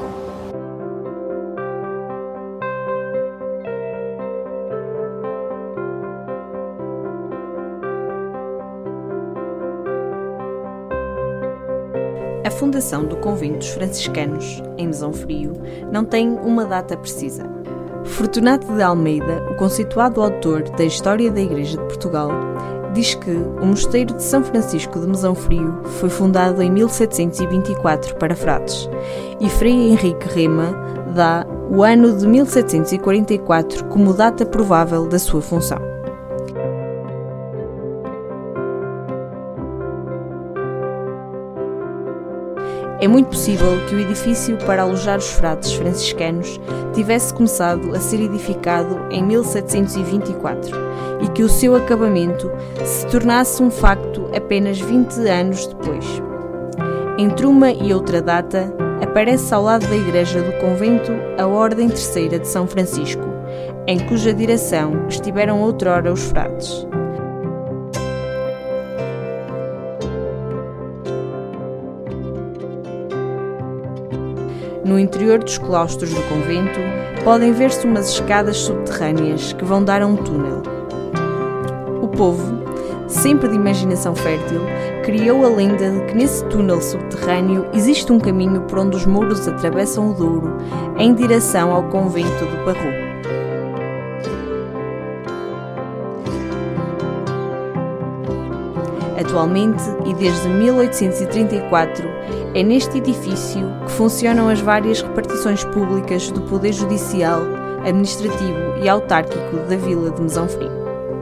A fundação do Convento dos Franciscanos, em Mesão Frio, não tem uma data precisa. Fortunato de Almeida, o conceituado autor da História da Igreja de Portugal, diz que o Mosteiro de São Francisco de Mesão Frio foi fundado em mil setecentos e vinte e quatro para frades, e Frei Henrique Rema dá o ano de mil setecentos e quarenta e quatro como data provável da sua função. É muito possível que o edifício para alojar os frades franciscanos tivesse começado a ser edificado em mil setecentos e vinte e quatro e que o seu acabamento se tornasse um facto apenas vinte anos depois. Entre uma e outra data, aparece ao lado da igreja do convento a Ordem Terceira de São Francisco, em cuja direção estiveram outrora os frades. No interior dos claustros do convento, podem ver-se umas escadas subterrâneas que vão dar a um túnel. O povo, sempre de imaginação fértil, criou a lenda de que nesse túnel subterrâneo existe um caminho por onde os mouros atravessam o Douro em direção ao convento do Parru. Atualmente, e desde mil oitocentos e trinta e quatro, é neste edifício que funcionam as várias repartições públicas do Poder Judicial, Administrativo e Autárquico da Vila de Mesão Frio.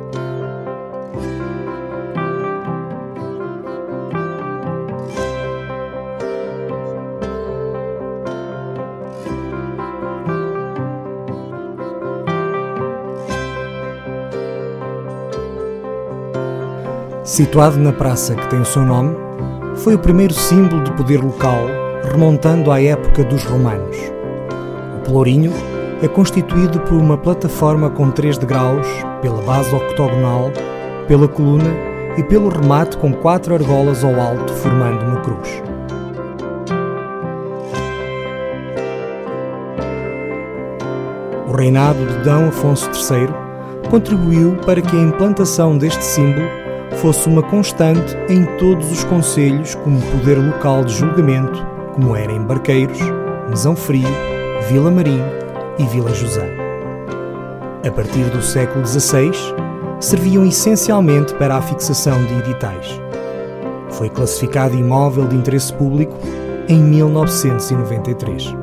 Situado na praça que tem o seu nome, foi o primeiro símbolo de poder local, remontando à época dos romanos. O pelourinho é constituído por uma plataforma com três degraus, pela base octogonal, pela coluna e pelo remate com quatro argolas ao alto, formando uma cruz. O reinado de D. Afonso terceiro contribuiu para que a implantação deste símbolo fosse uma constante em todos os concelhos como poder local de julgamento, como era em Barqueiros, Mesão Frio, Vila Marim e Vila José. A partir do século dezasseis, serviam essencialmente para a fixação de editais. Foi classificado imóvel de interesse público em mil novecentos e noventa e três.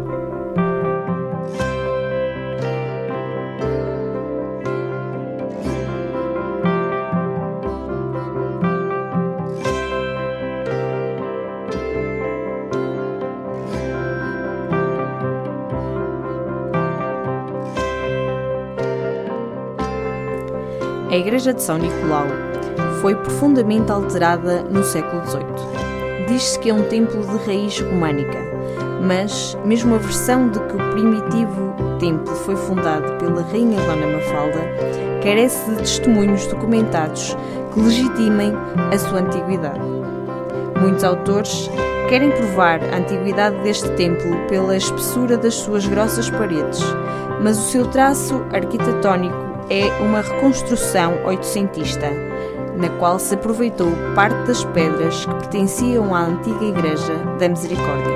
A Igreja de São Nicolau foi profundamente alterada no século dezoito. Diz-se que é um templo de raiz românica, mas mesmo a versão de que o primitivo templo foi fundado pela Rainha Dona Mafalda carece de testemunhos documentados que legitimem a sua antiguidade. Muitos autores querem provar a antiguidade deste templo pela espessura das suas grossas paredes, mas o seu traço arquitetónico é uma reconstrução oitocentista, na qual se aproveitou parte das pedras que pertenciam à antiga Igreja da Misericórdia.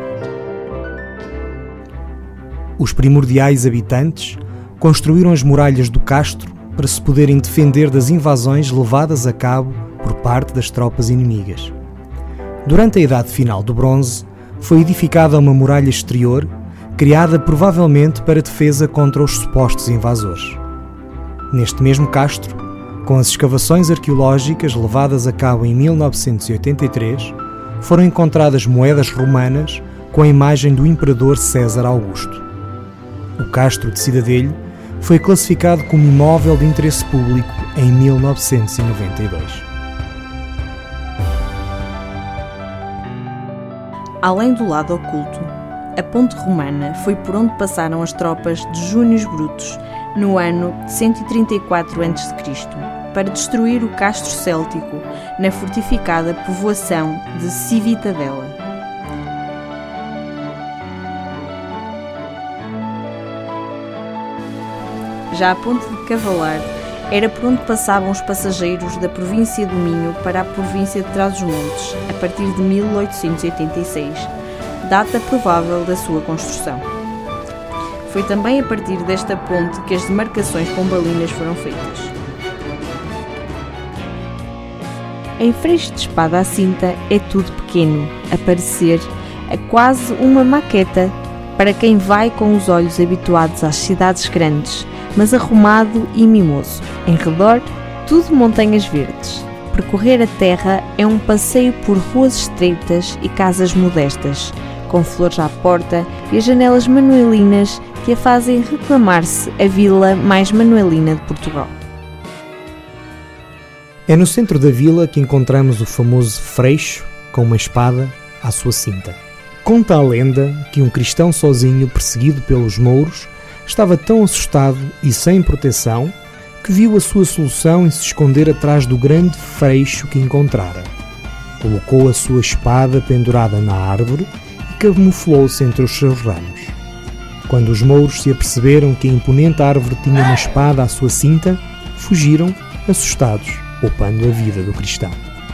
Os primordiais habitantes construíram as muralhas do castro para se poderem defender das invasões levadas a cabo por parte das tropas inimigas. Durante a Idade Final do Bronze, foi edificada uma muralha exterior, criada provavelmente para defesa contra os supostos invasores. Neste mesmo castro, com as escavações arqueológicas levadas a cabo em mil novecentos e oitenta e três, foram encontradas moedas romanas com a imagem do imperador César Augusto. O castro de Cidadelho foi classificado como imóvel de interesse público em mil novecentos e noventa e dois. Além do lado oculto, a ponte romana foi por onde passaram as tropas de Júnios Brutus no ano cento e trinta e quatro antes de Cristo para destruir o castro céltico na fortificada povoação de Civitadela. Já a ponte de Cavalar era por onde passavam os passageiros da província do Minho para a província de Trás-os-Montes, a partir de mil oitocentos e oitenta e seis, data provável da sua construção. Foi também a partir desta ponte que as demarcações pombalinas foram feitas. Em Freixo de Espada à Cinta é tudo pequeno, a parecer a quase uma maqueta para quem vai com os olhos habituados às cidades grandes, mas arrumado e mimoso. Em redor, tudo montanhas verdes. Percorrer a terra é um passeio por ruas estreitas e casas modestas, com flores à porta e as janelas manuelinas que a fazem reclamar-se a vila mais manuelina de Portugal. É no centro da vila que encontramos o famoso Freixo com uma espada à sua cinta. Conta a lenda que um cristão sozinho, perseguido pelos mouros, estava tão assustado e sem proteção que viu a sua solução em se esconder atrás do grande freixo que encontrara. Colocou a sua espada pendurada na árvore e camuflou-se entre os seus ramos. Quando os mouros se aperceberam que a imponente árvore tinha uma espada à sua cinta, fugiram, assustados, poupando a vida do cristão.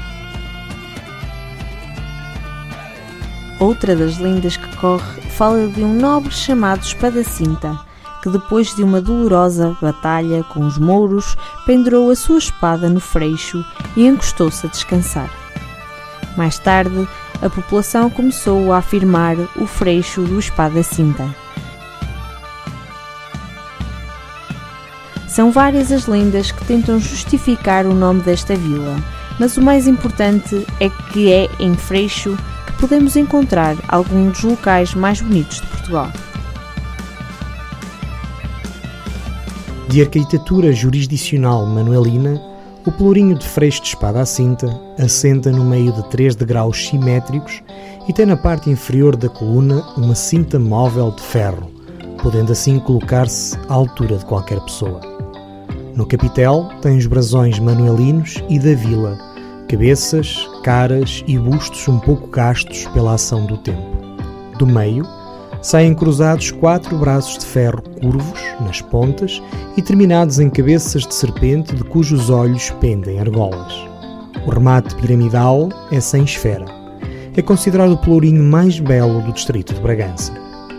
Outra das lendas que corre fala de um nobre chamado Espada-Cinta, que depois de uma dolorosa batalha com os mouros, pendurou a sua espada no freixo e encostou-se a descansar. Mais tarde, a população começou a afirmar o freixo do Espada-Cinta. São várias as lendas que tentam justificar o nome desta vila, mas o mais importante é que é em Freixo que podemos encontrar alguns dos locais mais bonitos de Portugal. De arquitetura jurisdicional manuelina, o pelourinho de Freixo de Espada à Cinta assenta no meio de três degraus simétricos e tem na parte inferior da coluna uma cinta móvel de ferro, podendo assim colocar-se à altura de qualquer pessoa. No capitel tem os brasões manuelinos e da vila, cabeças, caras e bustos um pouco gastos pela ação do tempo. Do meio, saem cruzados quatro braços de ferro curvos nas pontas e terminados em cabeças de serpente de cujos olhos pendem argolas. O remate piramidal é sem esfera. É considerado o pelourinho mais belo do distrito de Bragança.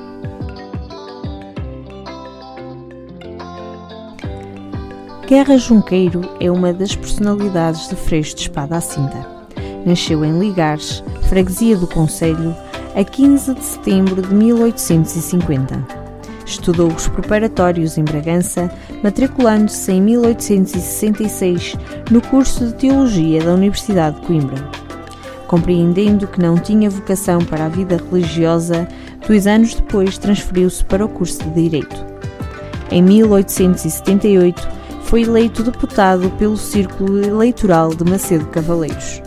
Guerra Junqueiro é uma das personalidades de Freixo de Espada à Cinta. Nasceu em Ligares, freguesia do concelho, a quinze de setembro de mil oitocentos e cinquenta. Estudou os preparatórios em Bragança, matriculando-se em mil oitocentos e sessenta e seis no curso de Teologia da Universidade de Coimbra. Compreendendo que não tinha vocação para a vida religiosa, dois anos depois transferiu-se para o curso de Direito. Em mil oitocentos e setenta e oito, foi eleito deputado pelo Círculo Eleitoral de Macedo Cavaleiros.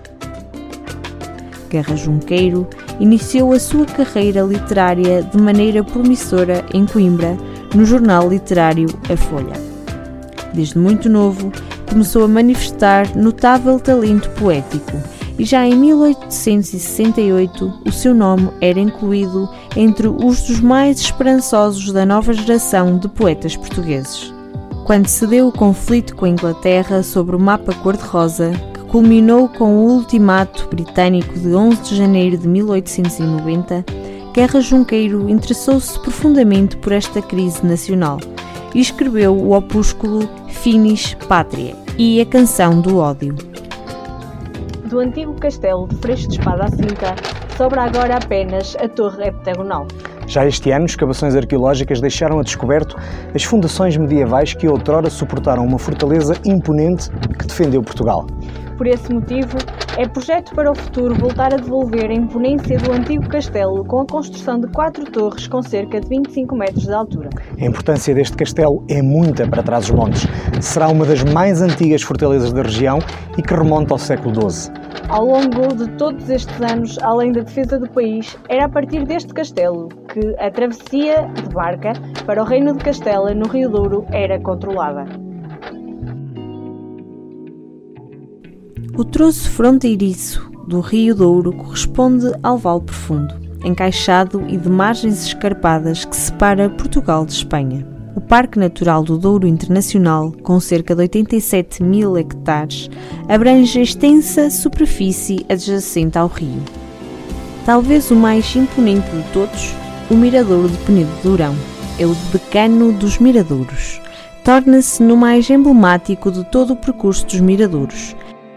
Guerra Junqueiro iniciou a sua carreira literária de maneira promissora em Coimbra, no jornal literário A Folha. Desde muito novo, começou a manifestar notável talento poético e já em mil oitocentos e sessenta e oito o seu nome era incluído entre os dos mais esperançosos da nova geração de poetas portugueses. Quando se deu o conflito com a Inglaterra sobre o mapa cor-de-rosa, que culminou com o ultimato britânico de onze de janeiro de mil oitocentos e noventa, Guerra Junqueiro interessou-se profundamente por esta crise nacional e escreveu o opúsculo Finis Patria e a Canção do Ódio. Do antigo castelo de Freixo de Espada à Cinta, sobra agora apenas a torre heptagonal. Já este ano, escavações arqueológicas deixaram a descoberto as fundações medievais que outrora suportaram uma fortaleza imponente que defendeu Portugal. Por esse motivo, é projeto para o futuro voltar a devolver a imponência do antigo castelo com a construção de quatro torres com cerca de vinte e cinco metros de altura. A importância deste castelo é muita para Trás-os-Montes. Será uma das mais antigas fortalezas da região e que remonta ao século doze. Ao longo de todos estes anos, além da defesa do país, era a partir deste castelo que a travessia de barca para o Reino de Castela, no Rio Douro, era controlada. O troço fronteiriço do Rio Douro corresponde ao Vale Profundo, encaixado e de margens escarpadas que separa Portugal de Espanha. O Parque Natural do Douro Internacional, com cerca de oitenta e sete mil hectares, abrange a extensa superfície adjacente ao rio. Talvez o mais imponente de todos, o Miradouro de Penedo de Dourão, é o decano dos miradouros. Torna-se no mais emblemático de todo o percurso dos miradouros.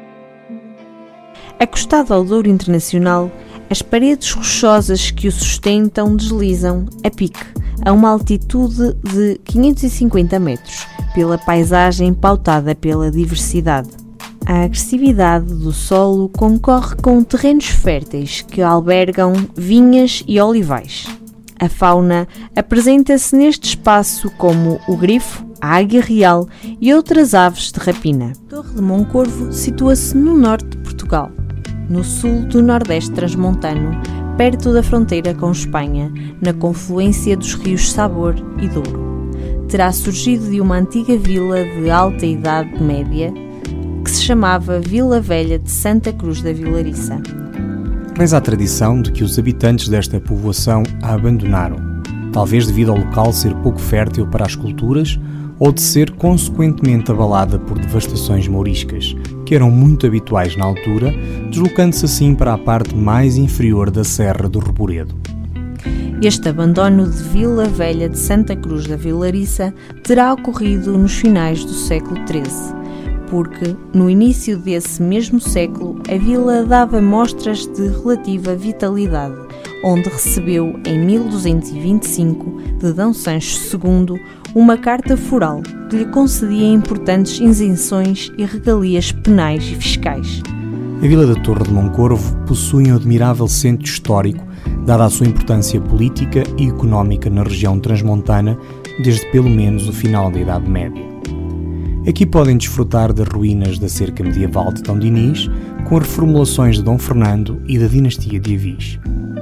Acostado ao Douro Internacional, as paredes rochosas que o sustentam deslizam, a pique, a uma altitude de quinhentos e cinquenta metros, pela paisagem pautada pela diversidade. A agressividade do solo concorre com terrenos férteis que albergam vinhas e olivais. A fauna apresenta-se neste espaço como o grifo, a águia real e outras aves de rapina. Torre de Moncorvo situa-se no norte de Portugal, no sul do Nordeste transmontano, perto da fronteira com Espanha, na confluência dos rios Sabor e Douro. Terá surgido de uma antiga vila de alta Idade Média, que se chamava Vila Velha de Santa Cruz da Vilariça. Reza a tradição de que os habitantes desta povoação a abandonaram, talvez devido ao local ser pouco fértil para as culturas ou de ser consequentemente abalada por devastações mouriscas, que eram muito habituais na altura, deslocando-se assim para a parte mais inferior da Serra do Reboredo. Este abandono de Vila Velha de Santa Cruz da Vilariça terá ocorrido nos finais do século treze, porque, no início desse mesmo século, a vila dava mostras de relativa vitalidade, onde recebeu, em mil duzentos e vinte e cinco, de D. Sancho segundo, uma carta foral que lhe concedia importantes isenções e regalias penais e fiscais. A vila da Torre de Moncorvo possui um admirável centro histórico, dada a sua importância política e económica na região transmontana desde pelo menos o final da Idade Média. Aqui podem desfrutar das ruínas da cerca medieval de Dom Dinis, com as reformulações de Dom Fernando e da dinastia de Avis.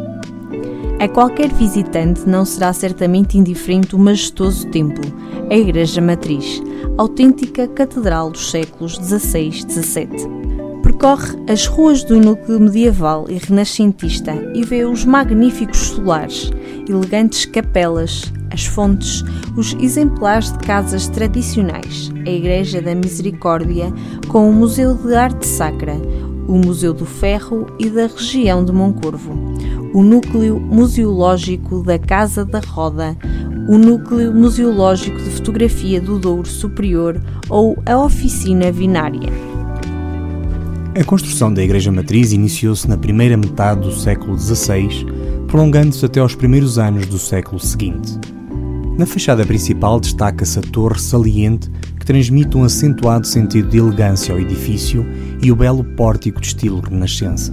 A qualquer visitante não será certamente indiferente o majestoso templo, a Igreja Matriz, autêntica catedral dos séculos dezasseis e dezassete. Percorre as ruas do núcleo medieval e renascentista e vê os magníficos solares, elegantes capelas, as fontes, os exemplares de casas tradicionais, a Igreja da Misericórdia com o Museu de Arte Sacra, o Museu do Ferro e da região de Moncorvo, o Núcleo Museológico da Casa da Roda, o Núcleo Museológico de Fotografia do Douro Superior ou a Oficina Vinária. A construção da Igreja Matriz iniciou-se na primeira metade do século dezasseis, prolongando-se até aos primeiros anos do século seguinte. Na fachada principal destaca-se a torre saliente que transmite um acentuado sentido de elegância ao edifício e o belo pórtico de estilo renascença.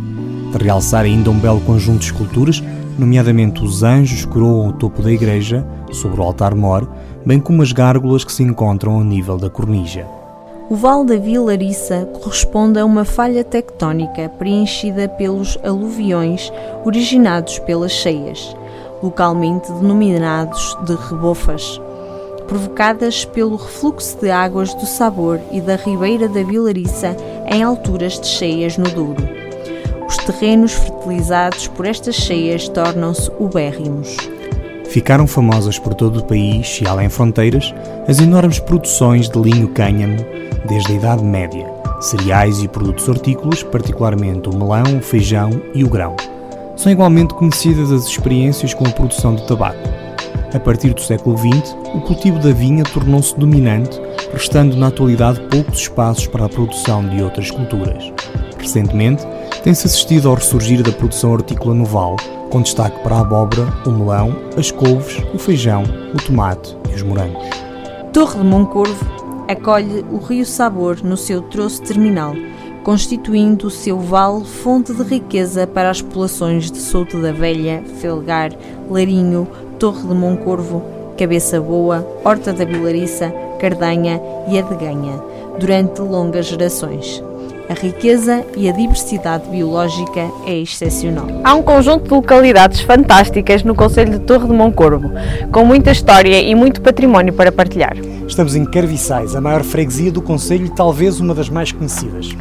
De realçar ainda um belo conjunto de esculturas, nomeadamente os anjos que coroam o topo da igreja, sobre o altar-mor, bem como as gárgulas que se encontram ao nível da cornija. O Vale da Vilariça corresponde a uma falha tectónica preenchida pelos aluviões originados pelas cheias, localmente denominados de rebofas, provocadas pelo refluxo de águas do Sabor e da Ribeira da Vilariça em alturas de cheias no Douro. Os terrenos fertilizados por estas cheias tornam-se ubérrimos. Ficaram famosas por todo o país e além fronteiras as enormes produções de linho-cânhamo desde a Idade Média, cereais e produtos hortícolas, particularmente o melão, o feijão e o grão. São igualmente conhecidas as experiências com a produção de tabaco. A partir do século vinte, o cultivo da vinha tornou-se dominante, restando na atualidade poucos espaços para a produção de outras culturas. Recentemente, tem-se assistido ao ressurgir da produção hortícola no Vale, com destaque para a abóbora, o melão, as couves, o feijão, o tomate e os morangos. Torre de Moncorvo acolhe o Rio Sabor no seu troço terminal, constituindo o seu vale fonte de riqueza para as populações de Souto da Velha, Felgar, Larinho, Torre de Moncorvo, Cabeça Boa, Horta da Vilariça, Cardanha e Adeganha, durante longas gerações. A riqueza e a diversidade biológica é excepcional. Há um conjunto de localidades fantásticas no concelho de Torre de Moncorvo, com muita história e muito património para partilhar. Estamos em Carviçais, a maior freguesia do concelho e talvez uma das mais conhecidas.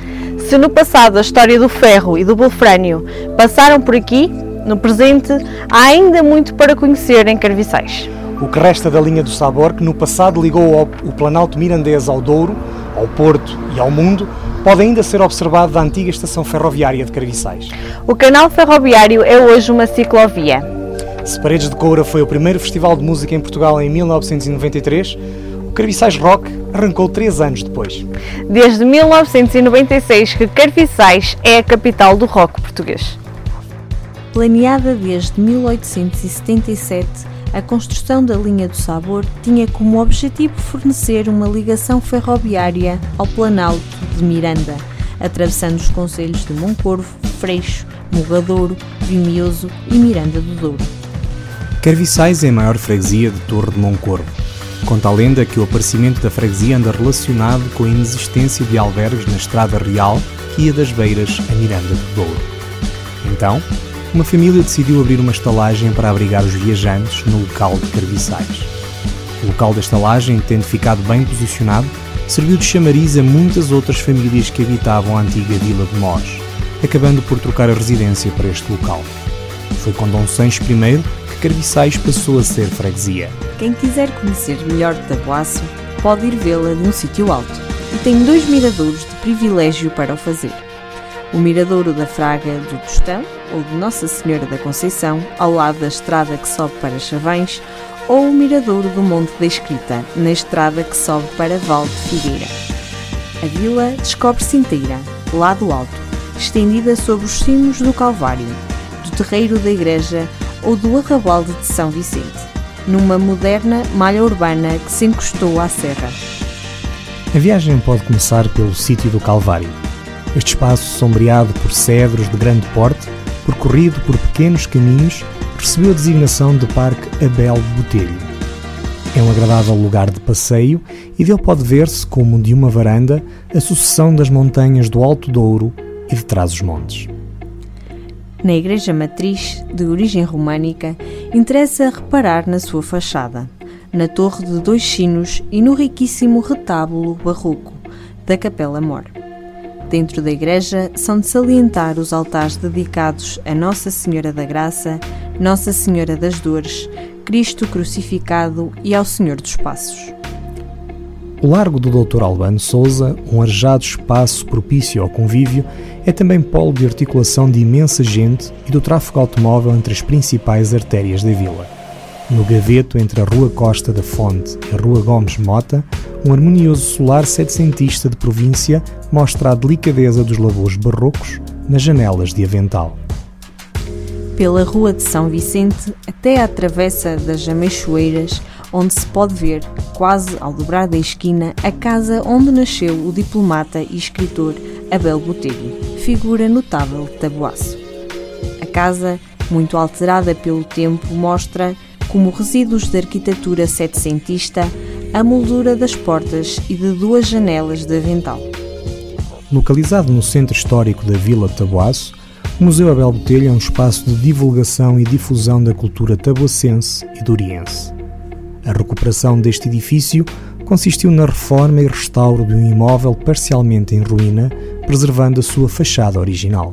Se no passado a história do ferro e do wolfrânio passaram por aqui, no presente há ainda muito para conhecer em Carviçais. O que resta da linha do Sabor, que no passado ligou o Planalto Mirandês ao Douro, ao Porto e ao mundo, pode ainda ser observado da antiga estação ferroviária de Carviçais. O canal ferroviário é hoje uma ciclovia. Se Paredes de Coura foi o primeiro festival de música em Portugal em mil novecentos e noventa e três, o Carviçais Rock arrancou três anos depois. Desde mil novecentos e noventa e seis que Carviçais é a capital do rock português. Planeada desde mil oitocentos e setenta e sete, a construção da linha do Sabor tinha como objetivo fornecer uma ligação ferroviária ao Planalto de Miranda, atravessando os concelhos de Moncorvo, Freixo, Mogadouro, Vimioso e Miranda do Douro. Carviçais é a maior freguesia de Torre de Moncorvo. Conta a lenda que o aparecimento da freguesia anda relacionado com a inexistência de albergues na Estrada Real que ia das Beiras a Miranda do Douro. Então, uma família decidiu abrir uma estalagem para abrigar os viajantes no local de Carviçais. O local da estalagem, tendo ficado bem posicionado, serviu de chamariz a muitas outras famílias que habitavam a antiga vila de Mós, acabando por trocar a residência para este local. Foi com Dom Sancho I que Carviçais passou a ser freguesia. Quem quiser conhecer melhor de Taboaço pode ir vê-la de um sítio alto e tem dois miradouros de privilégio para o fazer. O Miradouro da Fraga do Tostão, ou de Nossa Senhora da Conceição, ao lado da estrada que sobe para Chavães, ou o Miradouro do Monte da Escrita, na estrada que sobe para Val de Figueira. A vila descobre-se inteira, lá do alto, estendida sobre os cimos do Calvário, do terreiro da igreja ou do arrabalde de São Vicente, numa moderna malha urbana que se encostou à serra. A viagem pode começar pelo sítio do Calvário. Este espaço, sombreado por cedros de grande porte, percorrido por pequenos caminhos, recebeu a designação de Parque Abel Botelho. É um agradável lugar de passeio e dele pode ver-se, como de uma varanda, a sucessão das montanhas do Alto Douro e de Trás-os-Montes. Na igreja matriz, de origem românica, interessa reparar na sua fachada, na torre de dois sinos e no riquíssimo retábulo barroco da Capela Mor. Dentro da igreja são de salientar os altares dedicados a Nossa Senhora da Graça, Nossa Senhora das Dores, Cristo crucificado e ao Senhor dos Passos. O Largo do doutor Albano Sousa, um arejado espaço propício ao convívio, é também polo de articulação de imensa gente e do tráfego automóvel entre as principais artérias da vila. No gaveto entre a Rua Costa da Fonte e a Rua Gomes Mota, um harmonioso solar setecentista de província mostra a delicadeza dos lavores barrocos nas janelas de avental. Pela Rua de São Vicente até à Travessa das Ameixoeiras, onde se pode ver, quase ao dobrar da esquina, a casa onde nasceu o diplomata e escritor Abel Botelho, figura notável de Taboaço. A casa, muito alterada pelo tempo, mostra, como resíduos de arquitetura setecentista, a moldura das portas e de duas janelas de avental. Localizado no centro histórico da vila de Taboaço, o Museu Abel Botelho é um espaço de divulgação e difusão da cultura taboacense e douriense. A recuperação deste edifício consistiu na reforma e restauro de um imóvel parcialmente em ruína, preservando a sua fachada original.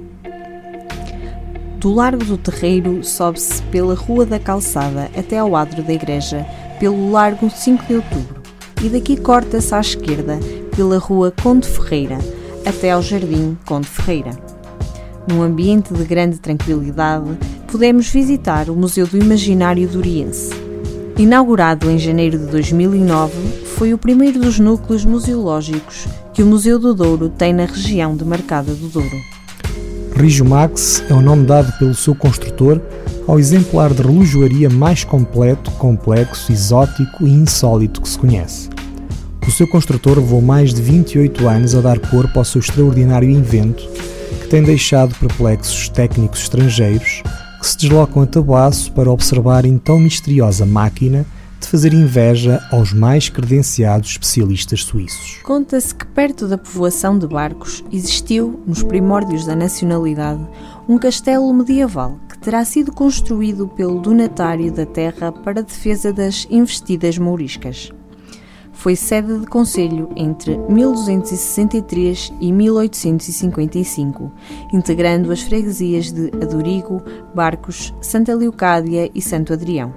Do Largo do Terreiro sobe-se pela Rua da Calçada até ao adro da igreja, pelo Largo cinco de Outubro, e daqui corta-se à esquerda pela Rua Conde Ferreira até ao Jardim Conde Ferreira. Num ambiente de grande tranquilidade, podemos visitar o Museu do Imaginário Douriense. Inaugurado em janeiro de dois mil e nove, foi o primeiro dos núcleos museológicos que o Museu do Douro tem na região demarcada do Douro. Rijo Max é o nome dado pelo seu construtor ao exemplar de relojoaria mais completo, complexo, exótico e insólito que se conhece. O seu construtor levou mais de vinte e oito anos a dar corpo ao seu extraordinário invento, que tem deixado perplexos técnicos estrangeiros que se deslocam a Taboaço para observarem tão misteriosa máquina de fazer inveja aos mais credenciados especialistas suíços. Conta-se que perto da povoação de Barcos existiu, nos primórdios da nacionalidade, um castelo medieval que terá sido construído pelo donatário da terra para a defesa das investidas mouriscas. foi sede de concelho entre mil duzentos e sessenta e três e mil oitocentos e cinquenta e cinco, integrando as freguesias de Adurigo, Barcos, Santa Leocádia e Santo Adrião.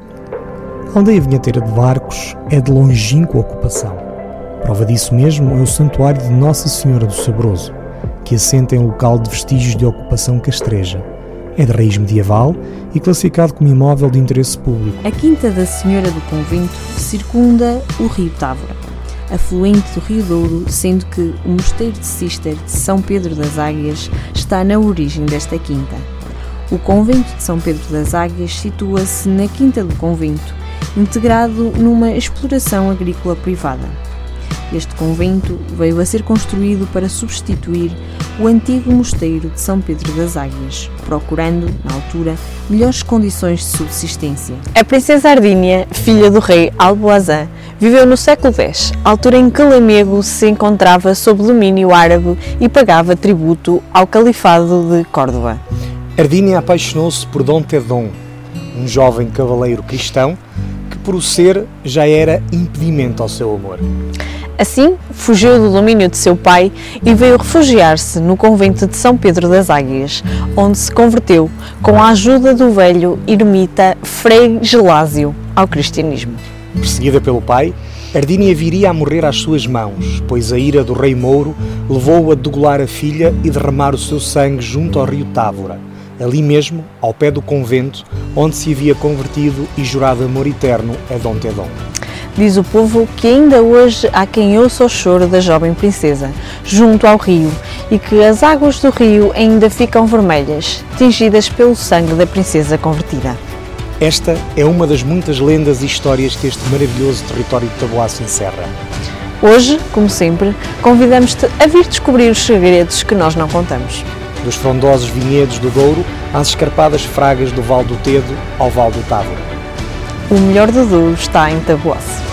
A aldeia vinheteira de Barcos é de longínqua ocupação. Prova disso mesmo é o Santuário de Nossa Senhora do Sabroso, que assenta em local de vestígios de ocupação castreja. É de raiz medieval e classificado como imóvel de interesse público. A Quinta da Senhora do Convento circunda o rio Távora, afluente do Rio Douro, sendo que o Mosteiro de Cister de São Pedro das Águias está na origem desta quinta. O Convento de São Pedro das Águias situa-se na Quinta do Convento, integrado numa exploração agrícola privada. Este convento veio a ser construído para substituir o antigo mosteiro de São Pedro das Águias, procurando, na altura, melhores condições de subsistência. A princesa Ardínia, filha do rei Alboazã, viveu no século dez, altura em que Lamego se encontrava sob domínio árabe e pagava tributo ao califado de Córdoba. Ardínia apaixonou-se por Dom Tedon, um jovem cavaleiro cristão que, por o ser, já era impedimento ao seu amor. Assim, fugiu do domínio de seu pai e veio refugiar-se no convento de São Pedro das Águias, onde se converteu, com a ajuda do velho ermita Frei Gelásio, ao cristianismo. Perseguida pelo pai, Ardínia viria a morrer às suas mãos, pois a ira do rei Mouro levou-o a degolar a filha e derramar o seu sangue junto ao rio Távora, ali mesmo, ao pé do convento, onde se havia convertido e jurado amor eterno a Dom Tedon. Diz o povo que ainda hoje há quem ouça o choro da jovem princesa, junto ao rio, e que as águas do rio ainda ficam vermelhas, tingidas pelo sangue da princesa convertida. Esta é uma das muitas lendas e histórias que este maravilhoso território de Taboaço encerra. Hoje, como sempre, convidamos-te a vir descobrir os segredos que nós não contamos. Dos frondosos vinhedos do Douro às escarpadas fragas do Val do Tedo ao Val do Távora. O melhor do Douro está em Taboaço.